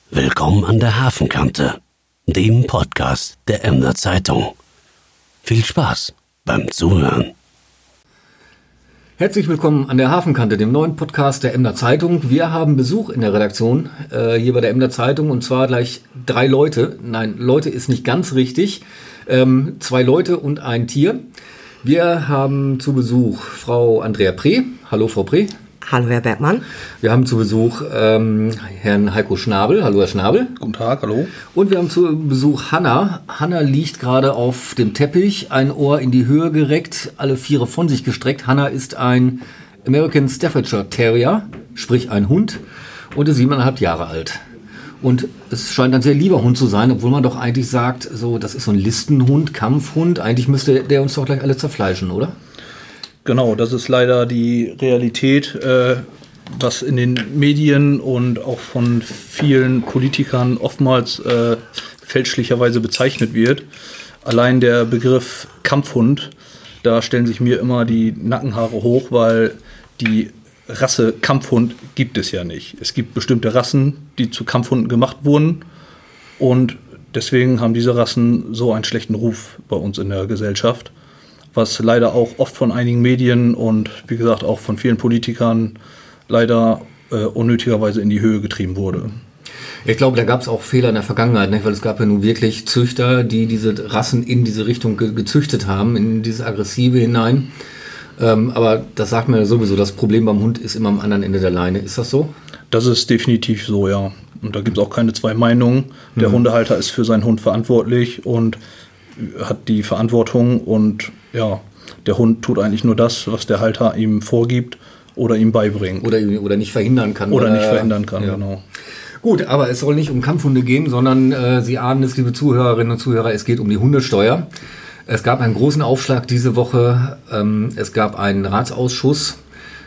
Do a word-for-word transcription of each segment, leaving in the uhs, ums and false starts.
Willkommen an der Hafenkante, dem Podcast der Emder Zeitung. Viel Spaß beim Zuhören. Herzlich willkommen an der Hafenkante, dem neuen Podcast der Emder Zeitung. Wir haben Besuch in der Redaktion, äh, hier bei der Emder Zeitung, und zwar gleich drei Leute. Nein, Leute ist nicht ganz richtig. Ähm, zwei Leute und ein Tier. Wir haben zu Besuch Frau Andrea Preh. Hallo, Frau Preh. Hallo, Herr Bergmann. Wir haben zu Besuch ähm, Herrn Heiko Schnabel. Hallo, Herr Schnabel. Guten Tag, hallo. Und wir haben zu Besuch Hanna. Hanna liegt gerade auf dem Teppich, ein Ohr in die Höhe gereckt, alle Viere von sich gestreckt. Hanna ist ein American Staffordshire Terrier, sprich ein Hund, und ist siebeneinhalb Jahre alt. Und es scheint ein sehr lieber Hund zu sein, obwohl man doch eigentlich sagt, so, das ist so ein Listenhund, Kampfhund. Eigentlich müsste der uns doch gleich alle zerfleischen, oder? Genau, das ist leider die Realität, äh, was in den Medien und auch von vielen Politikern oftmals äh, fälschlicherweise bezeichnet wird. Allein der Begriff Kampfhund, da stellen sich mir immer die Nackenhaare hoch, weil die Rasse Kampfhund gibt es ja nicht. Es gibt bestimmte Rassen, die zu Kampfhunden gemacht wurden, und deswegen haben diese Rassen so einen schlechten Ruf bei uns in der Gesellschaft, was leider auch oft von einigen Medien und wie gesagt auch von vielen Politikern leider äh, unnötigerweise in die Höhe getrieben wurde. Ich glaube, da gab es auch Fehler in der Vergangenheit, nicht? Weil es gab ja nun wirklich Züchter, die diese Rassen in diese Richtung ge- gezüchtet haben, in dieses Aggressive hinein. Ähm, aber das sagt man ja sowieso, das Problem beim Hund ist immer am anderen Ende der Leine. Ist das so? Das ist definitiv so, ja. Und da gibt es auch keine zwei Meinungen. Der mhm. Hundehalter ist für seinen Hund verantwortlich und hat die Verantwortung, und ja, der Hund tut eigentlich nur das, was der Halter ihm vorgibt oder ihm beibringt. Oder, oder nicht verhindern kann. Oder oder nicht verhindern kann, ja. Genau. Gut, aber es soll nicht um Kampfhunde gehen, sondern äh, Sie ahnen es, liebe Zuhörerinnen und Zuhörer, es geht um die Hundesteuer. Es gab einen großen Aufschlag diese Woche. Ähm, es gab einen Ratsausschuss,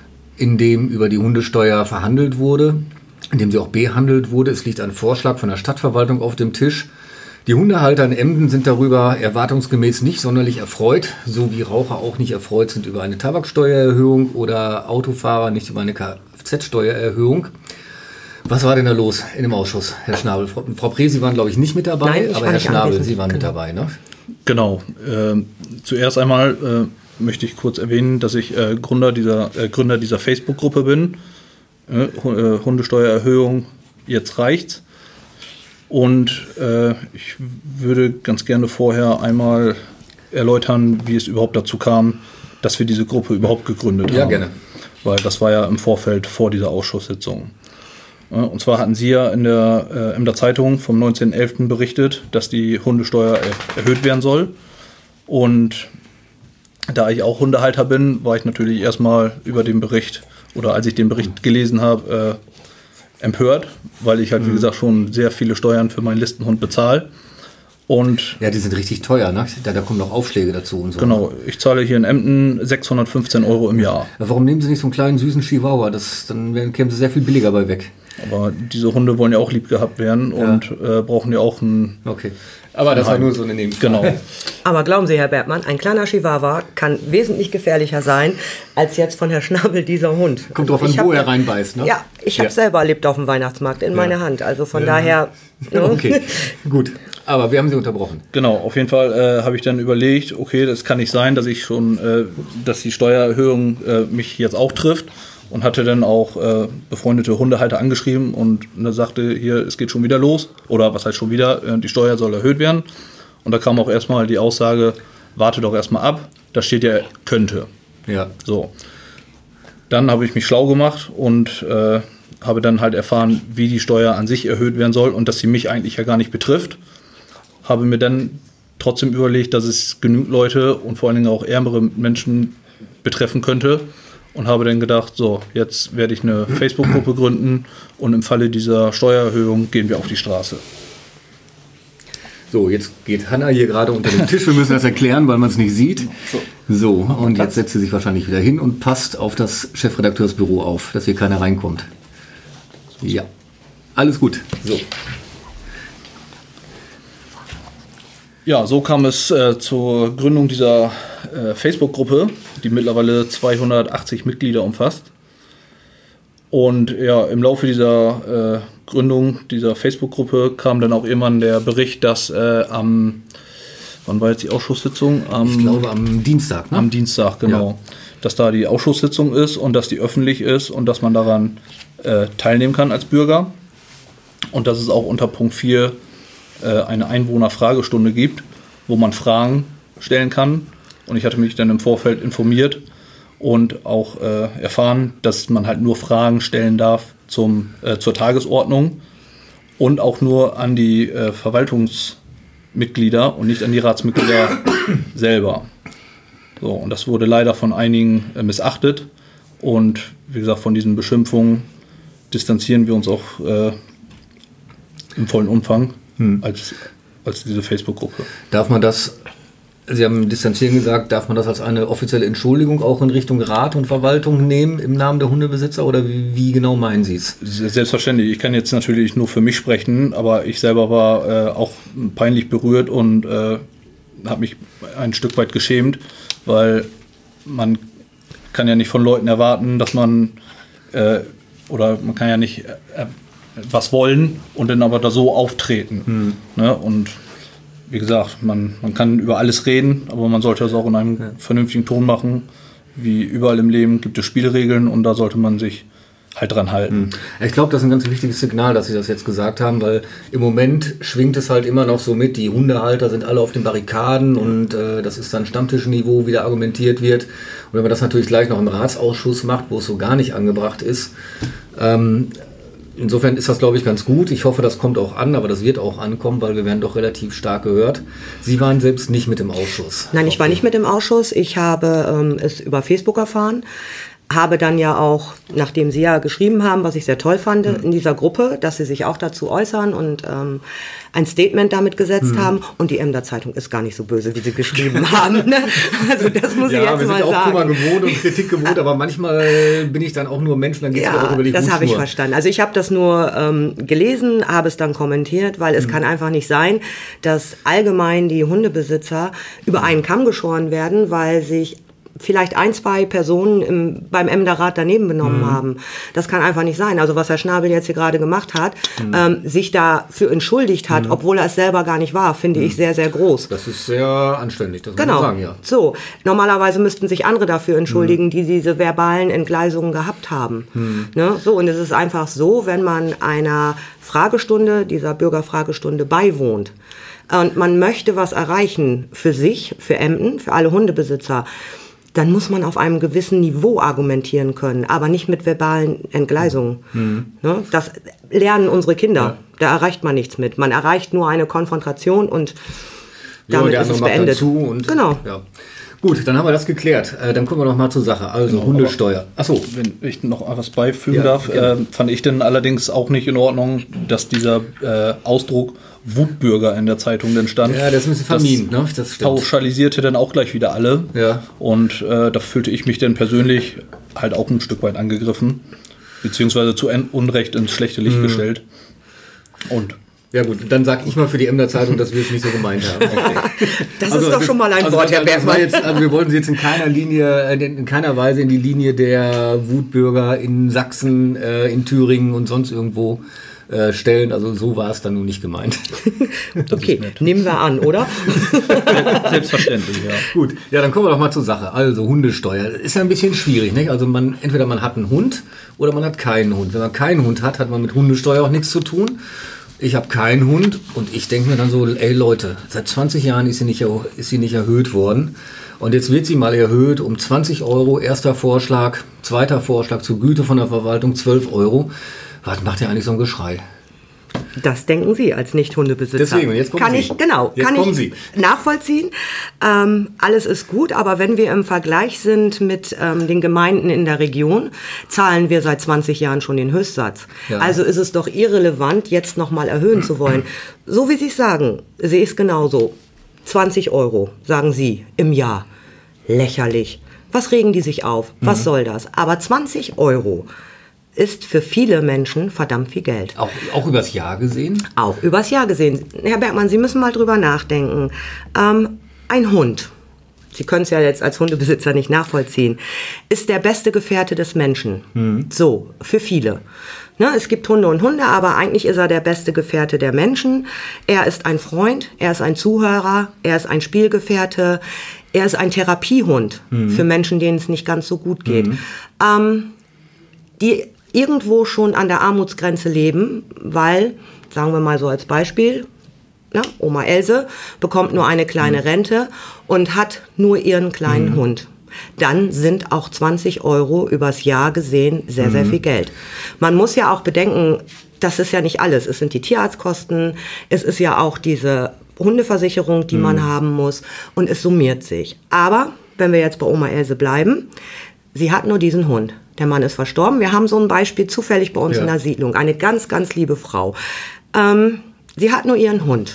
in dem über die Hundesteuer verhandelt wurde, in dem sie auch behandelt wurde. Es liegt ein Vorschlag von der Stadtverwaltung auf dem Tisch. Die Hundehalter in Emden sind darüber erwartungsgemäß nicht sonderlich erfreut, so wie Raucher auch nicht erfreut sind über eine Tabaksteuererhöhung oder Autofahrer nicht über eine Kfz-Steuererhöhung. Was war denn da los in dem Ausschuss, Herr Schnabel? Frau, Frau Preh, Sie waren, glaube ich, nicht mit dabei, Nein, ich aber war Herr nicht Schnabel, anwesend. Sie waren mit Genau. dabei, ne? Genau. Äh, zuerst einmal äh, möchte ich kurz erwähnen, dass ich äh, Gründer dieser, äh, Gründer dieser Facebook-Gruppe bin. Äh, Hundesteuererhöhung, jetzt reicht's. Und äh, ich würde ganz gerne vorher einmal erläutern, wie es überhaupt dazu kam, dass wir diese Gruppe überhaupt gegründet Ja, haben. gerne. Weil das war ja im Vorfeld vor dieser Ausschusssitzung. Ja, und zwar hatten Sie ja in der äh, Emder Zeitung vom neunzehnten elften berichtet, dass die Hundesteuer er- erhöht werden soll. Und da ich auch Hundehalter bin, war ich natürlich erstmal über den Bericht, oder als ich den Bericht gelesen habe, äh, empört, weil ich halt, wie gesagt, schon sehr viele Steuern für meinen Listenhund bezahle. Und Ja, die sind richtig teuer, ne? Da, da kommen noch Aufschläge dazu und so. genau, ich zahle hier in Emden sechshundertfünfzehn Euro im Jahr. Warum nehmen Sie nicht so einen kleinen, süßen Chihuahua? Das, dann werden- kämen Sie sehr viel billiger bei weg. Aber diese Hunde wollen ja auch lieb gehabt werden und äh, brauchen ja auch ein... Okay. Aber das war nur so eine Nebenfrage. Genau. Aber glauben Sie, Herr Bergmann, ein kleiner Chihuahua kann wesentlich gefährlicher sein als jetzt von Herrn Schnabel dieser Hund. Kommt drauf an, ich wo hab- er reinbeißt, ne? Ja, ich habe Ja. selber erlebt auf dem Weihnachtsmarkt in meiner Hand. Also von daher... Ne? Okay, gut. Aber wir haben Sie unterbrochen. Genau, auf jeden Fall äh, habe ich dann überlegt, okay, das kann nicht sein, dass ich schon, äh, dass die Steuererhöhung äh, mich jetzt auch trifft, und hatte dann auch äh, befreundete Hundehalter angeschrieben und ne, sagte, hier, es geht schon wieder los, oder was heißt schon wieder, äh, die Steuer soll erhöht werden. Und da kam auch erstmal die Aussage, warte doch erstmal ab, da steht ja, könnte. Ja. So. Dann habe ich mich schlau gemacht und äh, habe dann halt erfahren, wie die Steuer an sich erhöht werden soll und dass sie mich eigentlich ja gar nicht betrifft. Habe mir dann trotzdem überlegt, dass es genügend Leute und vor allen Dingen auch ärmere Menschen betreffen könnte, und habe dann gedacht, so, jetzt werde ich eine Facebook-Gruppe gründen und im Falle dieser Steuererhöhung gehen wir auf die Straße. So, jetzt geht Hanna hier gerade unter den Tisch. Wir müssen das erklären, weil man es nicht sieht. So, und jetzt setzt sie sich wahrscheinlich wieder hin und passt auf das Chefredakteursbüro auf, dass hier keiner reinkommt. Ja, alles gut. So. Ja, so kam es äh, zur Gründung dieser äh, Facebook-Gruppe, die mittlerweile zweihundertachtzig Mitglieder umfasst. Und ja, im Laufe dieser äh, Gründung dieser Facebook-Gruppe kam dann auch irgendwann der Bericht, dass äh, am, wann war jetzt die Ausschusssitzung? Am, Ich glaube am Dienstag. Ne? Am Dienstag, genau. Ja. Dass da die Ausschusssitzung ist und dass die öffentlich ist und dass man daran äh, teilnehmen kann als Bürger. Und dass es auch unter Punkt vier äh, eine Einwohnerfragestunde gibt, wo man Fragen stellen kann. Und ich hatte mich dann im Vorfeld informiert und auch äh, erfahren, dass man halt nur Fragen stellen darf zum, äh, zur Tagesordnung und auch nur an die äh, Verwaltungsmitglieder und nicht an die Ratsmitglieder selber. So, und das wurde leider von einigen äh, missachtet. Und wie gesagt, von diesen Beschimpfungen distanzieren wir uns auch äh, im vollen Umfang hm. als, als diese Facebook-Gruppe. Darf man das, Sie haben distanzieren gesagt, darf man das als eine offizielle Entschuldigung auch in Richtung Rat und Verwaltung nehmen im Namen der Hundebesitzer oder wie, wie genau meinen Sie es? Selbstverständlich. Ich kann jetzt natürlich nur für mich sprechen, aber ich selber war äh, auch peinlich berührt und äh, habe mich ein Stück weit geschämt, weil man kann ja nicht von Leuten erwarten, dass man äh, oder man kann ja nicht äh, was wollen und dann aber da so auftreten. Hm. Ne? Und wie gesagt, man, man kann über alles reden, aber man sollte das auch in einem ja. vernünftigen Ton machen. Wie überall im Leben gibt es Spielregeln und da sollte man sich halt dran halten. Ich glaube, das ist ein ganz wichtiges Signal, dass Sie das jetzt gesagt haben, weil im Moment schwingt es halt immer noch so mit, die Hundehalter sind alle auf den Barrikaden und äh, das ist dann Stammtischniveau, wie da argumentiert wird. Und wenn man das natürlich gleich noch im Ratsausschuss macht, wo es so gar nicht angebracht ist, ähm, insofern ist das, glaube ich, ganz gut. Ich hoffe, das kommt auch an, aber das wird auch ankommen, weil wir werden doch relativ stark gehört. Sie waren selbst nicht mit im Ausschuss. Nein, ich war nicht mit im Ausschuss. Ich habe ähm, es über Facebook erfahren. Habe dann ja auch, nachdem Sie ja geschrieben haben, was ich sehr toll fand, mhm. in dieser Gruppe, dass Sie sich auch dazu äußern und ähm, ein Statement damit gesetzt mhm. haben. Und die Emder Zeitung ist gar nicht so böse, wie Sie geschrieben haben. Ne? Also das muss ja, ich jetzt mal sagen. Ja, wir sind auch Kummer gewohnt und Kritik gewohnt, aber manchmal bin ich dann auch nur Mensch, dann geht es ja, mir auch über die das habe ich Hutschnur. verstanden. Also ich habe das nur ähm, gelesen, habe es dann kommentiert, weil es mhm. kann einfach nicht sein, dass allgemein die Hundebesitzer über einen Kamm geschoren werden, weil sich vielleicht ein, zwei Personen im, beim Emder-Rat daneben benommen mhm. haben. Das kann einfach nicht sein. Also was Herr Schnabel jetzt hier gerade gemacht hat, mhm. ähm, sich dafür entschuldigt hat, mhm. obwohl er es selber gar nicht war, finde mhm. ich sehr, sehr groß. Das ist sehr anständig, das genau. muss man sagen, ja. So, normalerweise müssten sich andere dafür entschuldigen, mhm. die diese verbalen Entgleisungen gehabt haben. Mhm. Ne? So, und es ist einfach so, wenn man einer Fragestunde, dieser Bürgerfragestunde beiwohnt, und man möchte was erreichen für sich, für Emden, für alle Hundebesitzer, dann muss man auf einem gewissen Niveau argumentieren können, aber nicht mit verbalen Entgleisungen. Mhm. Ne? Das lernen unsere Kinder. Ja. Da erreicht man nichts mit. Man erreicht nur eine Konfrontation und damit ja, ist es beendet. Dazu und, genau. Ja. Gut, dann haben wir das geklärt. Äh, dann kommen wir noch mal zur Sache. Also genau, Hundesteuer. Achso, wenn ich noch was beifügen ja, darf, äh, fand ich denn allerdings auch nicht in Ordnung, dass dieser äh, Ausdruck Wutbürger in der Zeitung dann stand. Ja, das ist ein bisschen vermieden, ne? Das stimmt. Pauschalisierte dann auch gleich wieder alle. Ja. Und äh, da fühlte ich mich dann persönlich halt auch ein Stück weit angegriffen, beziehungsweise zu Unrecht ins schlechte Licht mhm. gestellt. Und ja gut, dann sag ich mal für die Emder Zeitung, dass wir es nicht so gemeint haben. Okay. Das also, ist doch schon mal ein also, Wort, Herr Bergmann. Also wir wollten Sie jetzt in keiner Linie, in keiner Weise in die Linie der Wutbürger in Sachsen, äh, in Thüringen und sonst irgendwo äh, stellen. Also so war es dann nun nicht gemeint. Okay, nehmen wir an, oder? Selbstverständlich, ja. Gut, ja, dann kommen wir doch mal zur Sache. Also Hundesteuer. Ist ja ein bisschen schwierig, nicht? Also man, entweder man hat einen Hund oder man hat keinen Hund. Wenn man keinen Hund hat, hat man mit Hundesteuer auch nichts zu tun. Ich habe keinen Hund und ich denke mir dann so, ey Leute, seit zwanzig Jahren ist sie, nicht, ist sie nicht erhöht worden und jetzt wird sie mal erhöht um zwanzig Euro, erster Vorschlag, zweiter Vorschlag zur Güte von der Verwaltung zwölf Euro. Was macht ihr eigentlich so ein Geschrei? Das denken Sie als Nicht-Hundebesitzer. Deswegen, jetzt kommen kann Sie. Ich, genau, jetzt kann kommen ich Sie. nachvollziehen. Ähm, alles ist gut, aber wenn wir im Vergleich sind mit ähm, den Gemeinden in der Region, zahlen wir seit zwanzig Jahren schon den Höchstsatz. Ja. Also ist es doch irrelevant, jetzt nochmal erhöhen zu wollen. So wie Sie es sagen, sehe ich es genauso. zwanzig Euro, sagen Sie, im Jahr. Lächerlich. Was regen die sich auf? Was mhm. soll das? Aber zwanzig Euro ist für viele Menschen verdammt viel Geld. Auch, auch übers Jahr gesehen? Auch übers Jahr gesehen. Herr Bergmann, Sie müssen mal drüber nachdenken. Ähm, ein Hund, Sie können es ja jetzt als Hundebesitzer nicht nachvollziehen, ist der beste Gefährte des Menschen. Mhm. So, für viele. Ne, es gibt Hunde und Hunde, aber eigentlich ist er der beste Gefährte der Menschen. Er ist ein Freund, er ist ein Zuhörer, er ist ein Spielgefährte, er ist ein Therapiehund mhm. für Menschen, denen es nicht ganz so gut geht. Mhm. Ähm, die irgendwo schon an der Armutsgrenze leben, weil, sagen wir mal so als Beispiel, na, Oma Else bekommt nur eine kleine mhm. Rente und hat nur ihren kleinen mhm. Hund. Dann sind auch zwanzig Euro übers Jahr gesehen sehr, mhm. sehr viel Geld. Man muss ja auch bedenken, das ist ja nicht alles. Es sind die Tierarztkosten, es ist ja auch diese Hundeversicherung, die mhm. man haben muss und es summiert sich. Aber wenn wir jetzt bei Oma Else bleiben, sie hat nur diesen Hund. Der Mann ist verstorben. Wir haben so ein Beispiel zufällig bei uns ja. in der Siedlung. Eine ganz, ganz liebe Frau. Ähm, sie hat nur ihren Hund.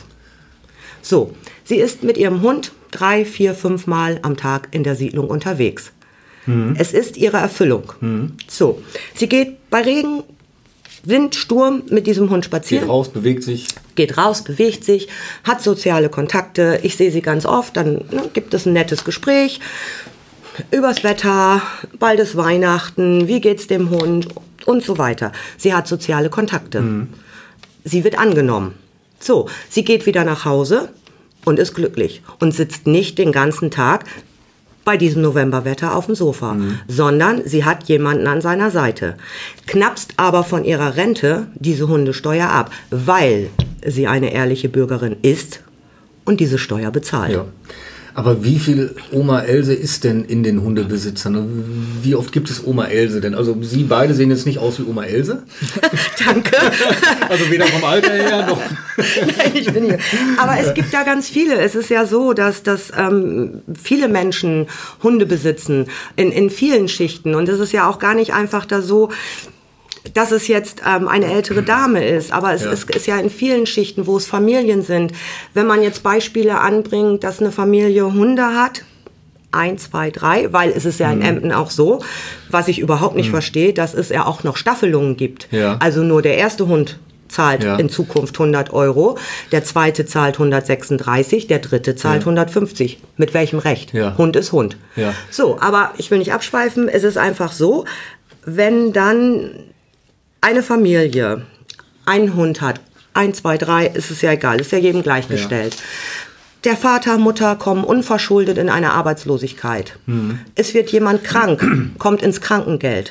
So, sie ist mit ihrem Hund drei, vier, fünf Mal am Tag in der Siedlung unterwegs. Mhm. Es ist ihre Erfüllung. Mhm. So, sie geht bei Regen, Wind, Sturm mit diesem Hund spazieren. Geht raus, bewegt sich. Geht raus, bewegt sich, hat soziale Kontakte. Ich sehe sie ganz oft, dann ne, gibt es ein nettes Gespräch übers Wetter, bald ist Weihnachten, wie geht's dem Hund und so weiter. Sie hat soziale Kontakte. Mhm. Sie wird angenommen. So, sie geht wieder nach Hause und ist glücklich und sitzt nicht den ganzen Tag bei diesem Novemberwetter auf dem Sofa, mhm. sondern sie hat jemanden an seiner Seite, knapst aber von ihrer Rente diese Hundesteuer ab, weil sie eine ehrliche Bürgerin ist und diese Steuer bezahlt. Ja. Aber wie viel Oma Else ist denn in den Hundebesitzern? Wie oft gibt es Oma Else denn? Also Sie beide sehen jetzt nicht aus wie Oma Else. Danke. Also weder vom Alter her noch... Nein, ich bin hier. Aber es gibt ja ganz viele. Es ist ja so, dass, dass ähm, viele Menschen Hunde besitzen in, in vielen Schichten. Und es ist ja auch gar nicht einfach da so... dass es jetzt ähm, eine ältere Dame ist, aber es, ja. es ist ja in vielen Schichten, wo es Familien sind. Wenn man jetzt Beispiele anbringt, dass eine Familie Hunde hat, ein, zwei, drei, weil es ist ja in Emden auch so, was ich überhaupt nicht mhm. verstehe, dass es ja auch noch Staffelungen gibt. Ja. Also nur der erste Hund zahlt ja. in Zukunft hundert Euro, der zweite zahlt hundertsechsunddreißig, der dritte zahlt ja. hundertfünfzig. Mit welchem Recht? Ja. Hund ist Hund. Ja. So, aber ich will nicht abschweifen, es ist einfach so, wenn dann eine Familie einen Hund hat, ein, zwei, drei, ist es ja egal, ist ja jedem gleichgestellt. Ja. Der Vater, Mutter kommen unverschuldet in eine Arbeitslosigkeit. Mhm. Es wird jemand krank, kommt ins Krankengeld.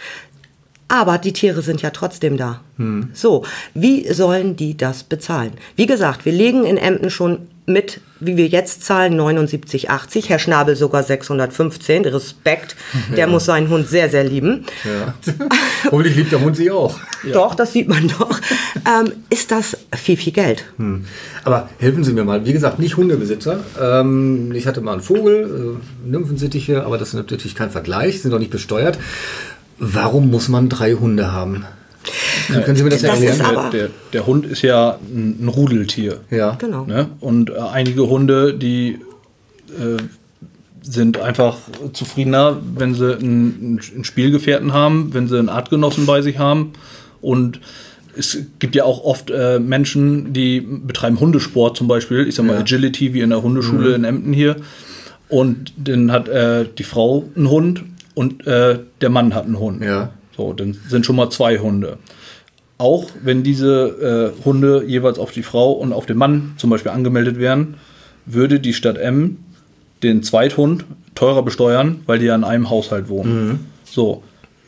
Aber die Tiere sind ja trotzdem da. Mhm. So, wie sollen die das bezahlen? Wie gesagt, wir legen in Emden schon mit, wie wir jetzt zahlen, neunundsiebzig achtzig. Herr Schnabel sogar sechshundertfünfzehn. Respekt. Der ja. muss seinen Hund sehr, sehr lieben. Ja. Hoffentlich liebt der Hund sie auch. Doch, ja. das sieht man doch. Ähm, ist das viel, viel Geld. Hm. Aber helfen Sie mir mal. Wie gesagt, nicht Hundebesitzer. Ähm, ich hatte mal einen Vogel, äh, Nymphensittiche, aber das ist natürlich kein Vergleich, sind doch nicht besteuert. Warum muss man drei Hunde haben? Ja, können Sie mir das, das erklären? Der, der Hund ist ja ein, ein Rudeltier. Ja. Genau. Ne? Und äh, einige Hunde, die äh, sind einfach zufriedener, wenn sie einen, einen Spielgefährten haben, wenn sie einen Artgenossen bei sich haben. Und es gibt ja auch oft äh, Menschen, die betreiben Hundesport zum Beispiel. Ich sag mal ja. Agility, wie in der Hundeschule mhm. in Emden hier. Und dann hat äh, die Frau einen Hund und äh, der Mann hat einen Hund. Ja. So, dann sind schon mal zwei Hunde. Auch wenn diese äh, Hunde jeweils auf die Frau und auf den Mann zum Beispiel angemeldet wären, würde die Stadt Emden den Zweithund teurer besteuern, weil die ja in einem Haushalt wohnen. Mhm. So.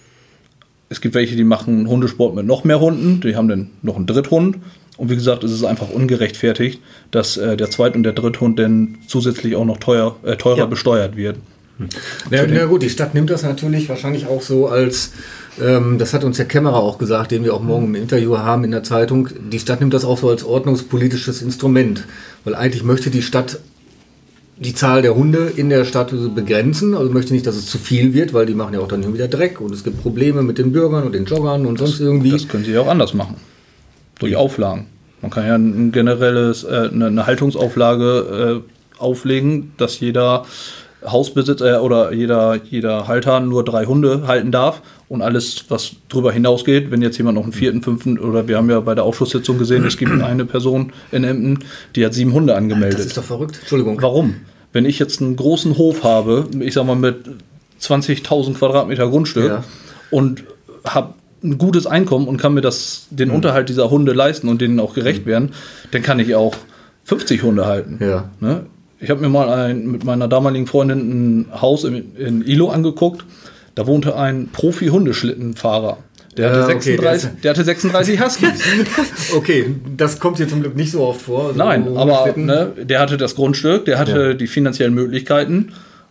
Es gibt welche, die machen Hundesport mit noch mehr Hunden, die haben dann noch einen Dritthund. Und wie gesagt, es ist einfach ungerechtfertigt, dass äh, der Zweit- und der Dritthund dann zusätzlich auch noch teuer, äh, teurer ja. besteuert wird. Na, na gut, die Stadt nimmt das natürlich wahrscheinlich auch so als, ähm, das hat uns der Kämmerer auch gesagt, den wir auch morgen im Interview haben in der Zeitung, die Stadt nimmt das auch so als ordnungspolitisches Instrument, weil eigentlich möchte die Stadt die Zahl der Hunde in der Stadt begrenzen, also möchte nicht, dass es zu viel wird, weil die machen ja auch dann wieder Dreck und es gibt Probleme mit den Bürgern und den Joggern und sonst irgendwie. Das können sie ja auch anders machen, durch Auflagen. Man kann ja ein generelles, äh, eine, eine Haltungsauflage äh, auflegen, dass jeder Hausbesitzer oder jeder, jeder Halter nur drei Hunde halten darf und alles, was drüber hinausgeht, wenn jetzt jemand noch einen vierten, fünften, oder wir haben ja bei der Ausschusssitzung gesehen, es gibt eine Person in Emden, die hat sieben Hunde angemeldet. Das ist doch verrückt. Entschuldigung. Warum? Wenn ich jetzt einen großen Hof habe, ich sag mal mit zwanzigtausend Quadratmeter Grundstück ja. und habe ein gutes Einkommen und kann mir das, den mhm. Unterhalt dieser Hunde leisten und denen auch gerecht mhm. werden, dann kann ich auch fünfzig Hunde halten. Ja. Ne? Ich habe mir mal ein, mit meiner damaligen Freundin ein Haus in, in Ilo angeguckt. Da wohnte ein Profi-Hundeschlittenfahrer. Der hatte, ja, okay, sechsunddreißig, der, der hatte sechsunddreißig Huskies. Okay, das kommt hier zum Glück nicht so oft vor. So Nein, aber ne, der hatte das Grundstück, der hatte ja. die finanziellen Möglichkeiten.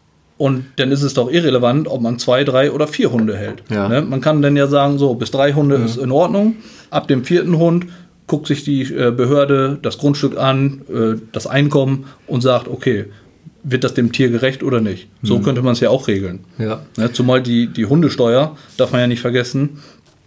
Und dann ist es doch irrelevant, ob man zwei, drei oder vier Hunde hält. Ja. Ne? Man kann dann ja sagen, so bis drei Hunde mhm. ist in Ordnung. Ab dem vierten Hund guckt sich die äh, Behörde das Grundstück an, äh, das Einkommen und sagt, okay, wird das dem Tier gerecht oder nicht? Mhm. So könnte man es ja auch regeln. Ja. Ne? Zumal die, die Hundesteuer, darf man ja nicht vergessen,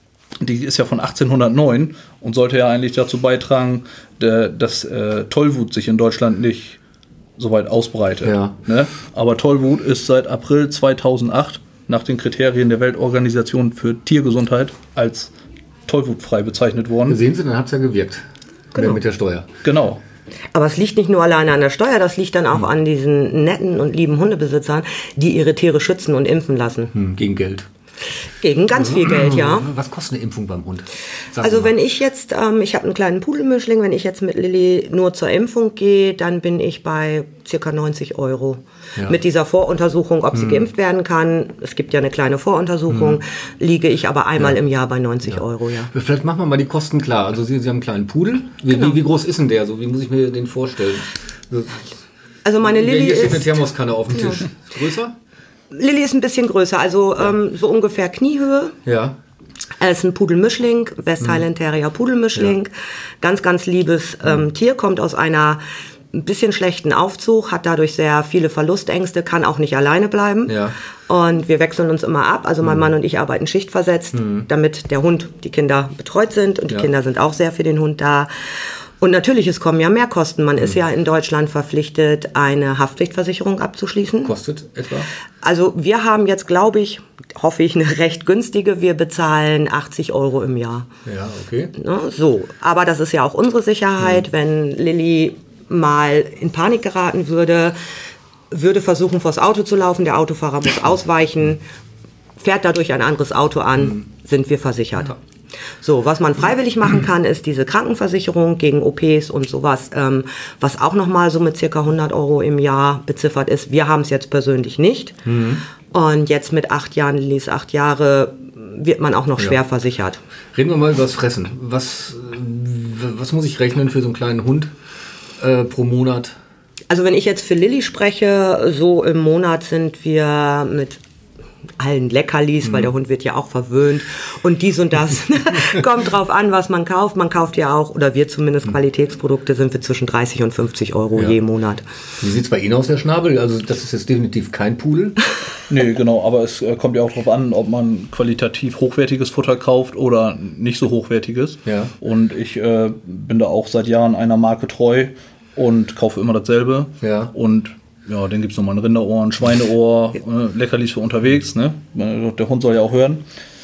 die ist ja von achtzehnhundertneun und sollte ja eigentlich dazu beitragen, de, dass äh, Tollwut sich in Deutschland nicht so weit ausbreitet. Ja. Ne? Aber Tollwut ist seit April zweitausendacht nach den Kriterien der Weltorganisation für Tiergesundheit als tollwutfrei bezeichnet worden. Sehen Sie, dann hat es ja gewirkt. Genau. Mit der Steuer. Genau. Aber es liegt nicht nur alleine an der Steuer, das liegt dann auch hm. an diesen netten und lieben Hundebesitzern, die ihre Tiere schützen und impfen lassen. Hm, gegen Geld. Gegen ganz viel Geld, ja. Was kostet eine Impfung beim Hund? Sagen also wenn ich jetzt, ähm, ich habe einen kleinen Pudelmischling, wenn ich jetzt mit Lilly nur zur Impfung gehe, dann bin ich bei circa neunzig Euro. Ja. Mit dieser Voruntersuchung, ob hm. sie geimpft werden kann, es gibt ja eine kleine Voruntersuchung, hm. liege ich aber einmal ja. im Jahr bei neunzig ja. Euro, ja. Vielleicht machen wir mal die Kosten klar. Also Sie, Sie haben einen kleinen Pudel. Wie, genau. wie, wie groß ist denn der? So, wie muss ich mir den vorstellen? So, also meine Lilly hier ist... steht eine Thermoskanne auf dem Tisch. Ja. Größer? Lilly ist ein bisschen größer, also ja. ähm, so ungefähr Kniehöhe. Ja. Er ist ein Pudelmischling, West Highland Terrier Pudelmischling. Ja. Ganz, ganz liebes ähm, mhm. Tier, kommt aus einer ein bisschen schlechten Aufzug, hat dadurch sehr viele Verlustängste, kann auch nicht alleine bleiben. Ja. Und wir wechseln uns immer ab. Also mein mhm. Mann und ich arbeiten schichtversetzt, mhm. damit der Hund, die Kinder betreut sind. Und die ja. Kinder sind auch sehr für den Hund da. Und natürlich, es kommen ja mehr Kosten. Man mhm. ist ja in Deutschland verpflichtet, eine Haftpflichtversicherung abzuschließen. Kostet etwa? Also wir haben jetzt, glaube ich, hoffe ich, eine recht günstige. Wir bezahlen achtzig Euro im Jahr. Ja, okay. Ne, so, aber das ist ja auch unsere Sicherheit. Mhm. Wenn Lilly mal in Panik geraten würde, würde versuchen, vors Auto zu laufen, der Autofahrer muss ausweichen, fährt dadurch ein anderes Auto an, mhm. sind wir versichert. Ja. So, was man freiwillig machen kann, ist diese Krankenversicherung gegen O Ps und sowas, ähm, was auch nochmal so mit circa hundert Euro im Jahr beziffert ist. Wir haben es jetzt persönlich nicht. Mhm. Und jetzt mit acht Jahren, Lillys acht Jahre, wird man auch noch schwer ja. versichert. Reden wir mal über das Fressen. Was, was muss ich rechnen für so einen kleinen Hund äh, pro Monat? Also wenn ich jetzt für Lilly spreche, so im Monat sind wir mit allen Leckerlis, mhm. weil der Hund wird ja auch verwöhnt und dies und das. Kommt drauf an, was man kauft. Man kauft ja auch, oder wir zumindest, mhm. Qualitätsprodukte sind wir zwischen dreißig und fünfzig Euro ja. je Monat. Wie sieht es bei Ihnen aus, Herr Schnabel? Also das ist jetzt definitiv kein Pudel. Nee, genau, aber es äh, kommt ja auch darauf an, ob man qualitativ hochwertiges Futter kauft oder nicht so hochwertiges. Ja. Und ich äh, bin da auch seit Jahren einer Marke treu und kaufe immer dasselbe. Ja. Und ja, dann gibt es nochmal ein Rinderohr, ein Schweineohr, äh, Leckerlis für unterwegs. Ne? Der Hund soll ja auch hören.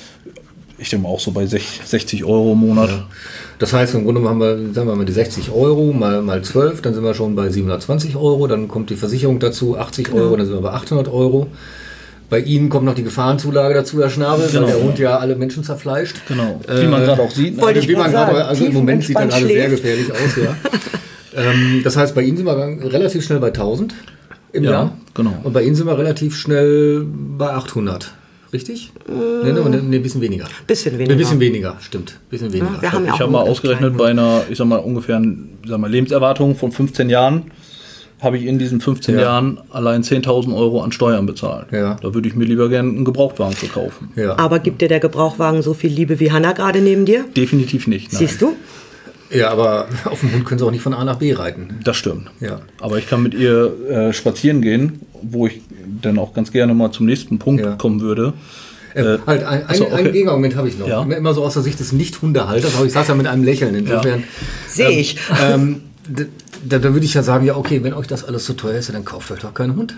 Ich denke mal auch so bei sechzig Euro im Monat. Ja. Das heißt, im Grunde haben wir, sagen wir mal, die sechzig Euro mal, mal zwölf, dann sind wir schon bei siebenhundertzwanzig Euro. Dann kommt die Versicherung dazu, achtzig Euro, genau. Dann sind wir bei achthundert Euro. Bei Ihnen kommt noch die Gefahrenzulage dazu, Herr Schnabel, genau. weil der Hund ja alle Menschen zerfleischt. Genau, wie äh, man gerade auch sieht. Wollte ich wie man sagen, grad, also im Moment sieht er gerade sehr gefährlich aus. Ja. ähm, das heißt, bei Ihnen sind wir relativ schnell bei tausend. Im ja, Jahr. Genau. Und bei Ihnen sind wir relativ schnell bei achthundert. Richtig? Mm. Nee, nee, nee, ein bisschen weniger. Bisschen weniger. Ein bisschen weniger, stimmt. Bisschen weniger. Ja, wir haben ja ich habe mal ausgerechnet, bei einer, ich sag mal, ungefähr sag mal, Lebenserwartung von fünfzehn Jahren, habe ich in diesen fünfzehn ja. Jahren allein zehntausend Euro an Steuern bezahlt. Ja. Da würde ich mir lieber gerne einen Gebrauchtwagen verkaufen. Ja. Aber gibt dir der Gebrauchtwagen so viel Liebe wie Hanna gerade neben dir? Definitiv nicht. Nein. Siehst du? Ja, aber auf dem Hund können sie auch nicht von A nach B reiten. Das stimmt. Ja. Aber ich kann mit ihr äh, spazieren gehen, wo ich dann auch ganz gerne mal zum nächsten Punkt ja. kommen würde. Äh, halt, ein, achso, okay. Einen Gegenargument habe ich noch. Ja. Immer, immer so aus der Sicht des Nicht-Hundehalters, aber ich saß ja mit einem Lächeln. Insofern ja. sehe ähm, ich. Ähm, da, da würde ich ja sagen, ja okay, wenn euch das alles so teuer ist, dann kauft euch doch keinen Hund.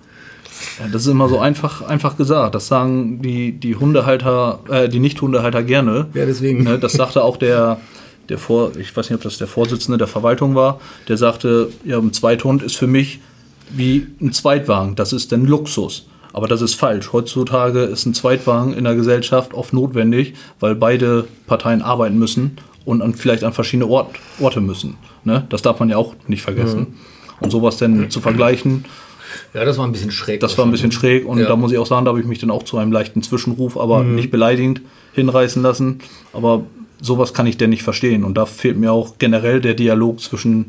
Ja, das ist immer so einfach, einfach gesagt. Das sagen die, die Hundehalter, äh, die Nicht-Hundehalter gerne. Ja, deswegen. Ne, das sagte auch der Der Vor, ich weiß nicht, ob das der Vorsitzende der Verwaltung war, der sagte, ja, ein Zweithund ist für mich wie ein Zweitwagen, das ist ein Luxus. Aber das ist falsch. Heutzutage ist ein Zweitwagen in der Gesellschaft oft notwendig, weil beide Parteien arbeiten müssen und an, vielleicht an verschiedene Ort, Orte müssen. Ne? Das darf man ja auch nicht vergessen. Mhm. Und sowas denn zu vergleichen, ja, das war ein bisschen schräg. Das war ein bisschen schräg und ja. da muss ich auch sagen, da habe ich mich dann auch zu einem leichten Zwischenruf, aber mhm. nicht beleidigend hinreißen lassen. Aber sowas kann ich denn nicht verstehen. Und da fehlt mir auch generell der Dialog zwischen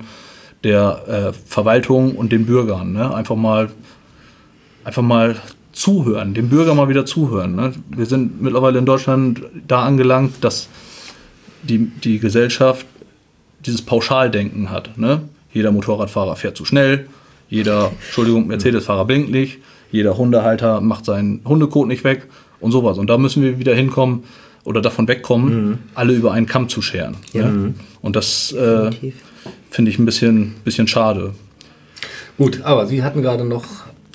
der äh, Verwaltung und den Bürgern. Ne? Einfach mal, einfach mal zuhören, dem Bürger mal wieder zuhören. Ne? Wir sind mittlerweile in Deutschland da angelangt, dass die, die Gesellschaft dieses Pauschaldenken hat. Ne? Jeder Motorradfahrer fährt zu schnell. Jeder, Entschuldigung, Mercedes-Fahrer blinkt nicht, jeder Hundehalter macht seinen Hundekot nicht weg und sowas. Und da müssen wir wieder hinkommen oder davon wegkommen, mhm. alle über einen Kamm zu scheren. Ja. Ne? Und das äh, finde ich ein bisschen, bisschen schade. Gut, aber Sie hatten gerade noch...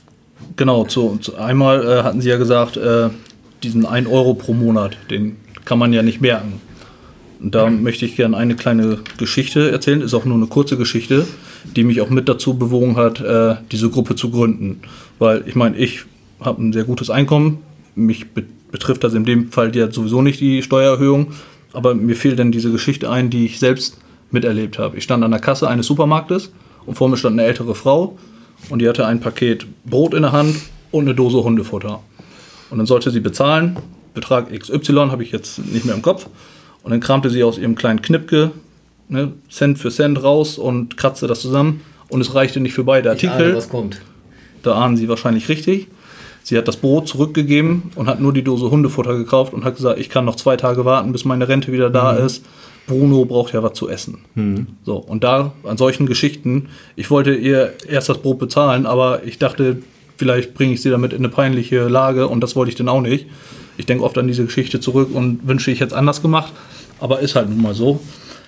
Genau, zu, zu einmal äh, hatten Sie ja gesagt, äh, diesen ein Euro pro Monat, den kann man ja nicht merken. Und da mhm. möchte ich gerne eine kleine Geschichte erzählen, ist auch nur eine kurze Geschichte, die mich auch mit dazu bewogen hat, äh, diese Gruppe zu gründen. Weil ich meine, ich habe ein sehr gutes Einkommen, mich be- betrifft das in dem Fall ja sowieso nicht die Steuererhöhung, aber mir fiel dann diese Geschichte ein, die ich selbst miterlebt habe. Ich stand an der Kasse eines Supermarktes und vor mir stand eine ältere Frau und die hatte ein Paket Brot in der Hand und eine Dose Hundefutter. Und dann sollte sie bezahlen, Betrag X Y habe ich jetzt nicht mehr im Kopf. Und dann kramte sie aus ihrem kleinen Knipke, ne, Cent für Cent raus und kratzte das zusammen. Und es reichte nicht für beide Artikel. Ich ahne, was kommt. Da ahnen Sie wahrscheinlich richtig. Sie hat das Brot zurückgegeben und hat nur die Dose Hundefutter gekauft und hat gesagt, ich kann noch zwei Tage warten, bis meine Rente wieder da mhm. ist. Bruno braucht ja was zu essen. Mhm. So, und da an solchen Geschichten, ich wollte ihr erst das Brot bezahlen, aber ich dachte, vielleicht bringe ich sie damit in eine peinliche Lage und das wollte ich dann auch nicht. Ich denke oft an diese Geschichte zurück und wünsche, ich hätte es anders gemacht, aber ist halt nun mal so.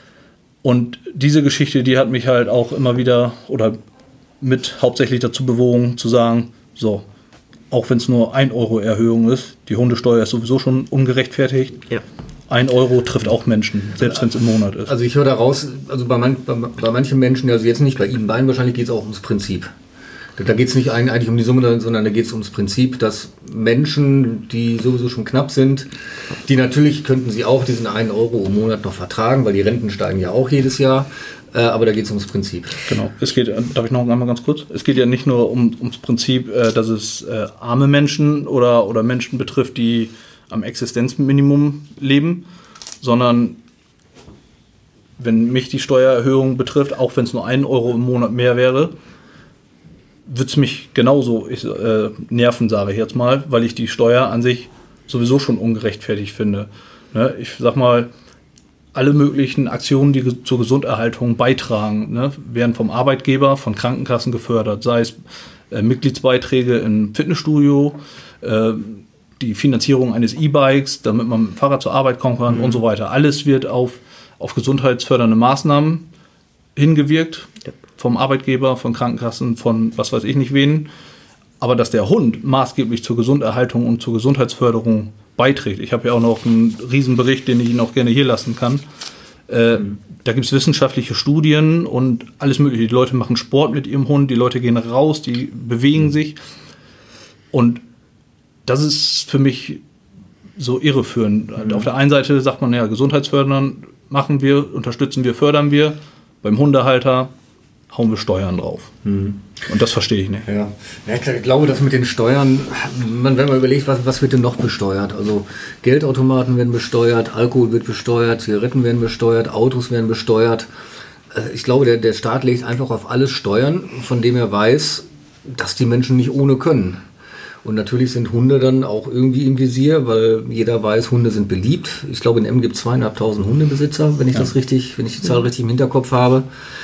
Und diese Geschichte, die hat mich halt auch immer wieder oder mit hauptsächlich dazu bewogen, zu sagen, so, auch wenn es nur ein Euro Erhöhung ist, die Hundesteuer ist sowieso schon ungerechtfertigt. Ja. Ein Euro trifft auch Menschen, selbst wenn es im Monat ist. Also ich höre da raus, also bei, man, bei, bei manchen Menschen, also jetzt nicht bei Ihnen beiden, wahrscheinlich geht es auch ums Prinzip. Da geht es nicht eigentlich um die Summe, sondern da geht es ums Prinzip, dass Menschen, die sowieso schon knapp sind, die natürlich könnten sie auch diesen einen Euro im Monat noch vertragen, weil die Renten steigen ja auch jedes Jahr, äh, aber da geht es ums Prinzip. Genau, es geht, darf ich noch einmal ganz kurz, es geht ja nicht nur um, ums Prinzip, äh, dass es äh, arme Menschen oder, oder Menschen betrifft, die am Existenzminimum leben, sondern wenn mich die Steuererhöhung betrifft, auch wenn es nur ein Euro im Monat mehr wäre, würde es mich genauso ich, äh, nerven, sage ich jetzt mal, weil ich die Steuer an sich sowieso schon ungerechtfertigt finde. Ne? Ich sag mal, alle möglichen Aktionen, die ge- zur Gesunderhaltung beitragen, ne, werden vom Arbeitgeber, von Krankenkassen gefördert, sei es äh, Mitgliedsbeiträge im Fitnessstudio, äh, die Finanzierung eines E-Bikes, damit man mit dem Fahrrad zur Arbeit kommen kann mhm. und so weiter. Alles wird auf, auf gesundheitsfördernde Maßnahmen hingewirkt. Ja. Vom Arbeitgeber, von Krankenkassen, von was weiß ich nicht wen. Aber dass der Hund maßgeblich zur Gesunderhaltung und zur Gesundheitsförderung beiträgt. Ich habe ja auch noch einen Riesenbericht, den ich Ihnen auch gerne hier lassen kann. Äh, mhm. Da gibt es wissenschaftliche Studien und alles mögliche. Die Leute machen Sport mit ihrem Hund, die Leute gehen raus, die bewegen mhm. sich. Und das ist für mich so irreführend. Mhm. Auf der einen Seite sagt man, ja, gesundheitsfördern machen wir, unterstützen wir, fördern wir. Beim Hundehalter hauen wir Steuern drauf. Mhm. Und das verstehe ich nicht. Ja. Ja, ich glaube, dass mit den Steuern, man, wenn man überlegt, was, was wird denn noch besteuert? Also Geldautomaten werden besteuert, Alkohol wird besteuert, Zigaretten werden besteuert, Autos werden besteuert. Ich glaube, der, der Staat legt einfach auf alles Steuern, von dem er weiß, dass die Menschen nicht ohne können. Und natürlich sind Hunde dann auch irgendwie im Visier, weil jeder weiß, Hunde sind beliebt. Ich glaube, in Emmen gibt es zweieinhalbtausend Hundebesitzer, wenn ich ja. das richtig, wenn ich die Zahl richtig im Hinterkopf habe.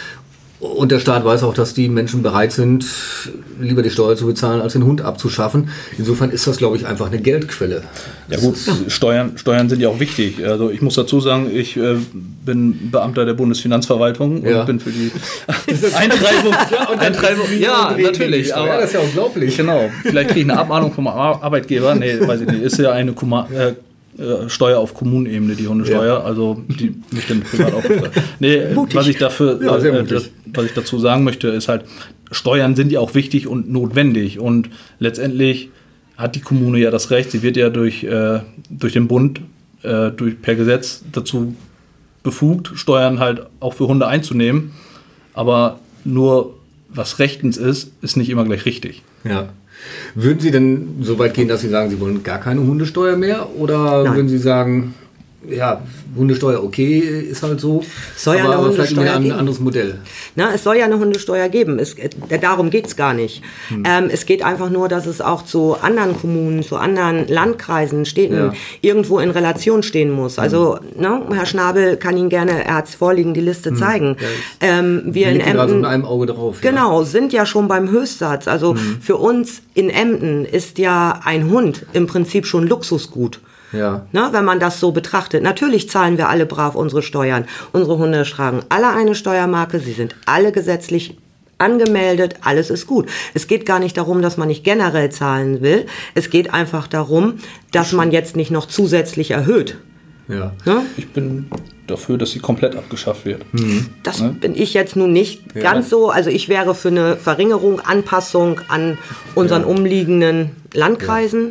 Und der Staat weiß auch, dass die Menschen bereit sind, lieber die Steuer zu bezahlen, als den Hund abzuschaffen. Insofern ist das, glaube ich, einfach eine Geldquelle. Ja gut, Steuern, Steuern sind ja auch wichtig. Also ich muss dazu sagen, ich äh, bin Beamter der Bundesfinanzverwaltung und ja. bin für die Eintreibung. ja, und Eintreibung, ja natürlich. Aber, das ist ja unglaublich. Genau, vielleicht kriege ich eine Abmahnung vom Arbeitgeber. Nee, weiß ich nicht. Ist ja eine Kuma- äh, Steuer auf Kommunenebene, die Hundesteuer, ja. also die mich dann privat auch nee, was ich dafür, ja, äh, das, was ich dazu sagen möchte, ist halt, Steuern sind ja auch wichtig und notwendig und letztendlich hat die Kommune ja das Recht, sie wird ja durch, äh, durch den Bund äh, durch, per Gesetz dazu befugt, Steuern halt auch für Hunde einzunehmen. Aber nur was rechtens ist, ist nicht immer gleich richtig. Ja. Würden Sie denn so weit gehen, dass Sie sagen, Sie wollen gar keine Hundesteuer mehr? Oder Nein. würden Sie sagen, ja, Hundesteuer okay, ist halt so, Soll ja aber, eine aber vielleicht Hundesteuer ein geben. anderes Modell. Na, es soll ja eine Hundesteuer geben. Es, äh, darum geht es gar nicht. Hm. Ähm, es geht einfach nur, dass es auch zu anderen Kommunen, zu anderen Landkreisen, Städten Ja. irgendwo in Relation stehen muss. Also, ne, Herr Schnabel kann Ihnen gerne, er hat es vorliegen, die Liste zeigen. Ja, ähm, wir in Ich gerade so Emden, mit einem Auge drauf. genau, sind ja schon beim Höchstsatz. Also für uns in Emden ist ja ein Hund im Prinzip schon Luxusgut. Ja. Ne, wenn man das so betrachtet. Natürlich zahlen wir alle brav unsere Steuern. Unsere Hunde tragen alle eine Steuermarke. Sie sind alle gesetzlich angemeldet. Alles ist gut. Es geht gar nicht darum, dass man nicht generell zahlen will. Es geht einfach darum, dass man jetzt nicht noch zusätzlich erhöht. Ja. Ne? Ich bin dafür, dass sie komplett abgeschafft wird. Das bin ich jetzt nun nicht Ja. ganz so. Also ich wäre für eine Verringerung, Anpassung an unseren Ja. umliegenden Landkreisen.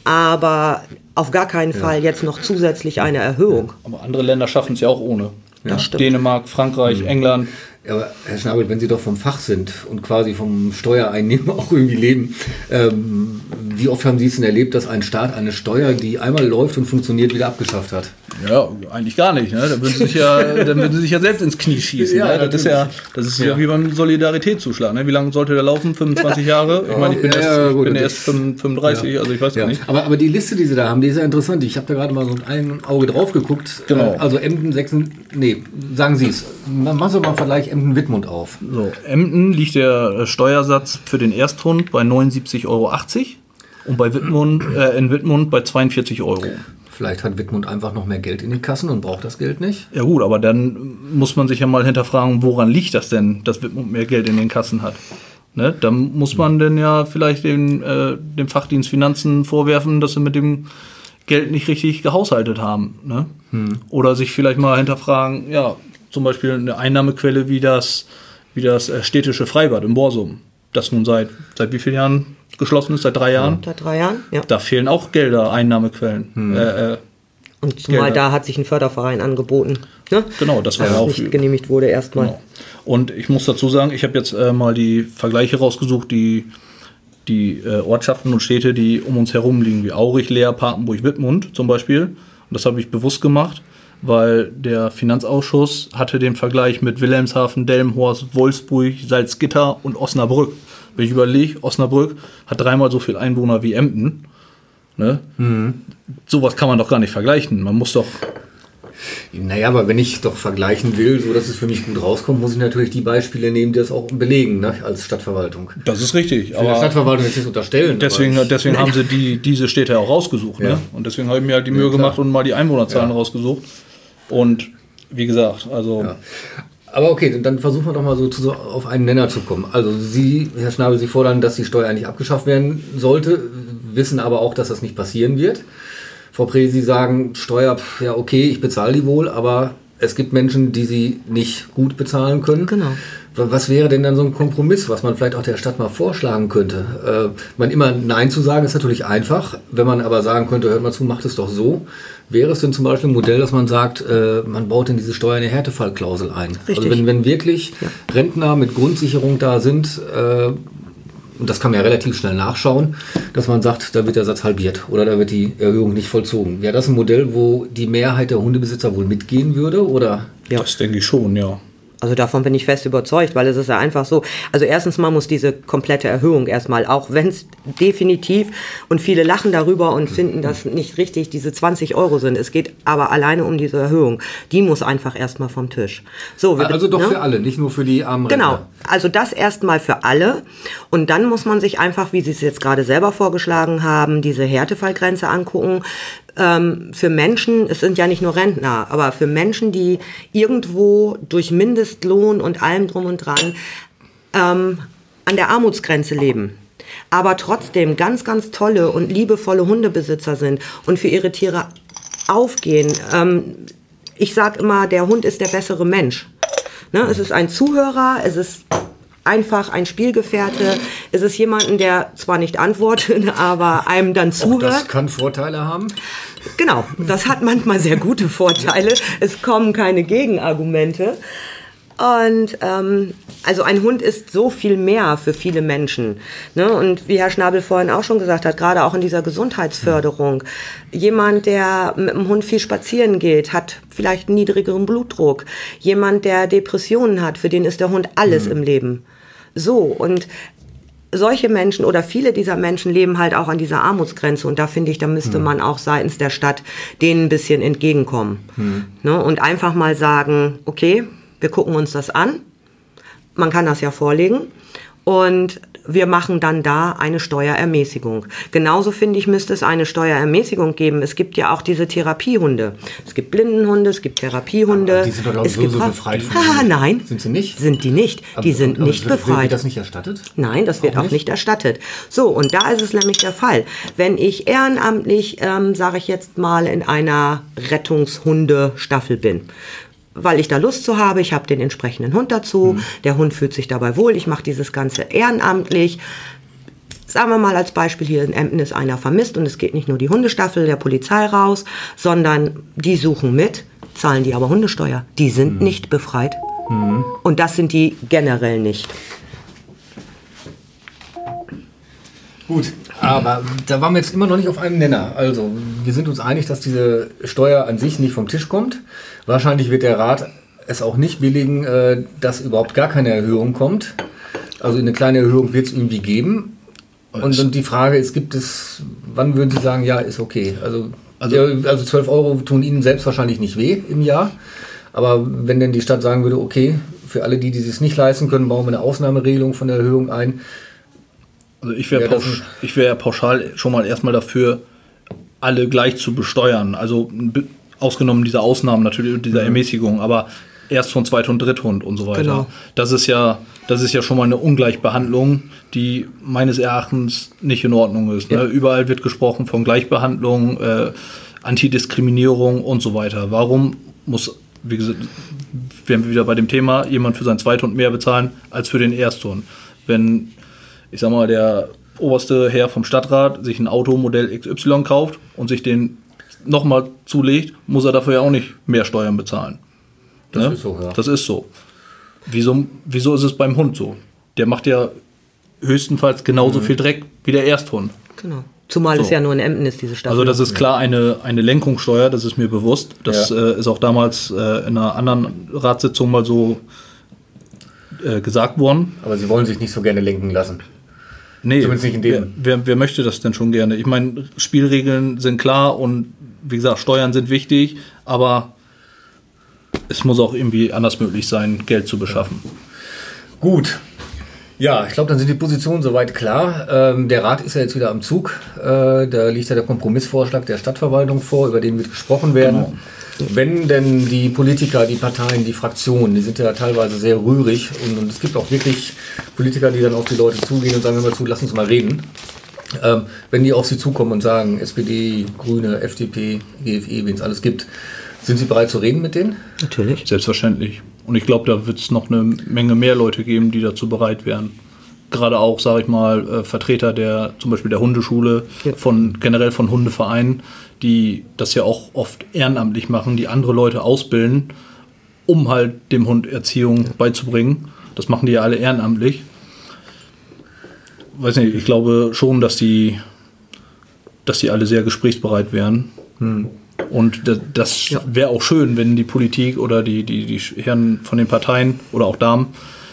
Aber auf gar keinen Fall jetzt noch zusätzlich eine Erhöhung. Aber andere Länder schaffen es ja auch ohne. Das stimmt. Dänemark, Frankreich, England. Ja, aber Herr Schnabel, wenn Sie doch vom Fach sind und quasi vom Steuereinnehmen auch irgendwie leben, ähm, wie oft haben Sie es denn erlebt, dass ein Staat eine Steuer, die einmal läuft und funktioniert, wieder abgeschafft hat? Ja, eigentlich gar nicht. Ne? Da würden sie sich ja, dann würden sie sich ja selbst ins Knie schießen. Ja, ne? Das ist ja, das ist ja, Ja. wie beim Solidaritätszuschlag. Ne? Wie lange sollte der laufen? fünfundzwanzig Jahre? Ich meine, ich bin Ja, erst, ja, ich gut. bin erst fünfunddreißig, Ja. also ich weiß Ja. ja nicht. Aber, aber die Liste, die Sie da haben, die ist ja interessant. Ich habe da gerade mal so ein Auge drauf geguckt. Genau. Äh, Also Emden, Sechsen, nee, sagen Sie es. Machen Sie mal einen Vergleich Emden-Wittmund auf. So, Emden liegt der Steuersatz für den Ersthund bei neunundsiebzig Euro achtzig und bei Wittmund, äh, in Wittmund bei zweiundvierzig Euro. Vielleicht hat Wittmund einfach noch mehr Geld in den Kassen und braucht das Geld nicht. Ja gut, aber dann muss man sich ja mal hinterfragen, woran liegt das denn, dass Wittmund mehr Geld in den Kassen hat? Ne? Dann muss man denn ja vielleicht den, äh, dem Fachdienst Finanzen vorwerfen, dass sie mit dem Geld nicht richtig gehaushaltet haben. Ne? Hm. Oder sich vielleicht mal hinterfragen, ja, zum Beispiel eine Einnahmequelle wie das, wie das äh, städtische Freibad in Borsum, das nun seit, seit wie vielen Jahren geschlossen ist, seit drei Jahren. Seit drei Jahren, ja. Da fehlen auch Gelder, Einnahmequellen. Äh, äh, Und zumal Gelder. da hat sich ein Förderverein angeboten, ne? genau, das war was ja auch nicht genehmigt wurde erstmal. Genau. Und ich muss dazu sagen, ich habe jetzt äh, mal die Vergleiche rausgesucht, die, die äh, Ortschaften und Städte, die um uns herum liegen, wie Aurich, Leer, Papenburg, Wittmund zum Beispiel. Und das habe ich bewusst gemacht, weil der Finanzausschuss hatte den Vergleich mit Wilhelmshaven, Delmenhorst, Wolfsburg, Salzgitter und Osnabrück. Wenn ich überlege, Osnabrück hat dreimal so viel Einwohner wie Emden. Ne? Mhm. Sowas kann man doch gar nicht vergleichen. Man muss doch... Naja, aber wenn ich doch vergleichen will, so dass es für mich gut rauskommt, muss ich natürlich die Beispiele nehmen, die das auch belegen, ne, als Stadtverwaltung. Das ist richtig. Ich will der Aber Stadtverwaltung jetzt nicht unterstellen. deswegen, aber ich- deswegen haben sie die, diese Städte auch rausgesucht. Ja. Ne? Und deswegen habe ich mir halt die Mühe klar. gemacht und mal die Einwohnerzahlen Ja. rausgesucht. Und wie gesagt, also... Ja. Aber okay, dann- dann versuchen wir doch mal so zu, so auf einen Nenner zu kommen. Also Sie, Herr Schnabel, Sie fordern, dass die Steuer eigentlich abgeschafft werden sollte, wissen aber auch, dass das nicht passieren wird. Frau Preh, Sie sagen, Steuer, pf, ja okay, ich bezahle die wohl, aber es gibt Menschen, die sie nicht gut bezahlen können. Genau. Was wäre denn dann so ein Kompromiss, was man vielleicht auch der Stadt mal vorschlagen könnte? Äh, man immer Nein zu sagen, ist natürlich einfach. Wenn man aber sagen könnte, hört mal zu, macht es doch so. Wäre es denn zum Beispiel ein Modell, dass man sagt, äh, man baut in diese Steuer eine Härtefallklausel ein? Richtig. Also wenn, wenn wirklich Ja. Rentner mit Grundsicherung da sind, äh, und das kann man ja relativ schnell nachschauen, dass man sagt, da wird der Satz halbiert oder da wird die Erhöhung nicht vollzogen. Wäre das ein Modell, wo die Mehrheit der Hundebesitzer wohl mitgehen würde? Oder? Ja. Das denke ich schon, ja. Also davon bin ich fest überzeugt, weil es ist ja einfach so, also erstens mal muss diese komplette Erhöhung erstmal, auch wenn es definitiv, und viele lachen darüber und finden das nicht richtig, diese zwanzig Euro sind. Es geht aber alleine um diese Erhöhung. Die muss einfach erstmal vom Tisch. So, wir- Also doch ne? für alle, nicht nur für die armen Genau, Rentner. also das erstmal für alle und dann muss man sich einfach, wie Sie es jetzt gerade selber vorgeschlagen haben, diese Härtefallgrenze angucken. Ähm, für Menschen, es sind ja nicht nur Rentner, aber für Menschen, die irgendwo durch Mindestlohn und allem drum und dran ähm, an der Armutsgrenze leben, aber trotzdem ganz, ganz tolle und liebevolle Hundebesitzer sind und für ihre Tiere aufgehen. Ähm, ich sage immer, der Hund ist der bessere Mensch. Ne? Es ist ein Zuhörer, es ist einfach ein Spielgefährte? Ist es jemanden, der zwar nicht antwortet, aber einem dann zuhört? Auch das kann Vorteile haben. Genau, das hat manchmal sehr gute Vorteile. Es kommen keine Gegenargumente. Und ähm, also ein Hund ist so viel mehr für viele Menschen. Ne? Und wie Herr Schnabel vorhin auch schon gesagt hat, gerade auch in dieser Gesundheitsförderung. Jemand, der mit dem Hund viel spazieren geht, hat vielleicht einen niedrigeren Blutdruck. Jemand, der Depressionen hat, für den ist der Hund alles mhm. im Leben. So, und solche Menschen oder viele dieser Menschen leben halt auch an dieser Armutsgrenze. Und da finde ich, da müsste mhm. man auch seitens der Stadt denen ein bisschen entgegenkommen. Mhm. Ne? Und einfach mal sagen, okay, wir gucken uns das an. Man kann das ja vorlegen. Und wir machen dann da eine Steuerermäßigung. Genauso, finde ich, müsste es eine Steuerermäßigung geben. Es gibt ja auch diese Therapiehunde. Es gibt Blindenhunde, es gibt Therapiehunde. Aber die sind doch auch es so, gibt so befreit von Ah, nein. Sind sie nicht? Sind die nicht. Die aber, sind aber nicht wird, befreit. Wird das nicht erstattet? Nein, das wird auch, auch nicht? nicht erstattet. So, und da ist es nämlich der Fall. Wenn ich ehrenamtlich, ähm, sage ich jetzt mal, in einer Rettungshundestaffel bin, weil ich da Lust zu habe, ich habe den entsprechenden Hund dazu, mhm. der Hund fühlt sich dabei wohl, ich mache dieses Ganze ehrenamtlich. Sagen wir mal als Beispiel, hier in Emden ist einer vermisst und es geht nicht nur die Hundestaffel der Polizei raus, sondern die suchen mit, zahlen die aber Hundesteuer. Die sind mhm. nicht befreit. Mhm. Und das sind die generell nicht. Gut, aber da waren wir jetzt immer noch nicht auf einem Nenner. Also, wir sind uns einig, dass diese Steuer an sich nicht vom Tisch kommt. Wahrscheinlich wird der Rat es auch nicht billigen, äh, dass überhaupt gar keine Erhöhung kommt. Also eine kleine Erhöhung wird es irgendwie geben. Und, und die Frage ist, gibt es, wann würden Sie sagen, ja, ist okay. Also, also, also zwölf Euro tun Ihnen selbst wahrscheinlich nicht weh im Jahr. Aber wenn denn die Stadt sagen würde, okay, für alle die, die es nicht leisten können, bauen wir eine Ausnahmeregelung von der Erhöhung ein. Also ich wäre pausch, ich wär pauschal schon mal erstmal dafür, alle gleich zu besteuern. Also ausgenommen diese Ausnahmen natürlich, dieser mhm. Ermäßigung, aber Ersthund, Zweithund, Dritthund und so weiter. Genau. Das ist ja, das ist ja schon mal eine Ungleichbehandlung, die meines Erachtens nicht in Ordnung ist. Ja. Ne? Überall wird gesprochen von Gleichbehandlung, äh, Antidiskriminierung und so weiter. Warum muss, wie gesagt, wären wir wieder bei dem Thema, jemand für seinen Zweithund mehr bezahlen als für den Ersthund? Wenn, ich sag mal, der oberste Herr vom Stadtrat sich ein Automodell X Y kauft und sich den nochmal zulegt, muss er dafür ja auch nicht mehr Steuern bezahlen. Das ne? ist so, ja. Das ist so. Wieso, wieso ist es beim Hund so? Der macht ja höchstenfalls genauso mhm. viel Dreck wie der Ersthund. Genau. Zumal so. Es ja nur in Emden ist, diese Stadt. Also das ist klar eine, eine Lenkungssteuer, das ist mir bewusst. Das ja. äh, ist auch damals äh, in einer anderen Ratssitzung mal so äh, gesagt worden. Aber Sie wollen sich nicht so gerne lenken lassen. Nee, zumindest nicht in dem. Wer, wer, wer möchte das denn schon gerne? Ich meine, Spielregeln sind klar und wie gesagt, Steuern sind wichtig, aber es muss auch irgendwie anders möglich sein, Geld zu beschaffen. Ja. Gut. Ja, ich glaube, dann sind die Positionen soweit klar. Ähm, der Rat ist ja jetzt wieder am Zug. Äh, da liegt ja der Kompromissvorschlag der Stadtverwaltung vor, über den wird gesprochen werden. Genau. Wenn denn die Politiker, die Parteien, die Fraktionen, die sind ja teilweise sehr rührig und, und es gibt auch wirklich Politiker, die dann auf die Leute zugehen und sagen, hör mal zu, lass uns mal reden. Ähm, wenn die auf sie zukommen und sagen, S P D, Grüne, F D P, G F E, wen es alles gibt, sind Sie bereit zu reden mit denen? Natürlich. Selbstverständlich. Und ich glaube, da wird es noch eine Menge mehr Leute geben, die dazu bereit wären. Gerade auch, sage ich mal, äh, Vertreter der, zum Beispiel der Hundeschule, ja. von generell von Hundevereinen, die das ja auch oft ehrenamtlich machen, die andere Leute ausbilden, um halt dem Hund Erziehung ja. beizubringen. Das machen die ja alle ehrenamtlich. Weiß nicht, ich glaube schon, dass die, dass die alle sehr gesprächsbereit wären. Hm. Und das ja. wäre auch schön, wenn die Politik oder die, die, die Herren von den Parteien oder auch Damen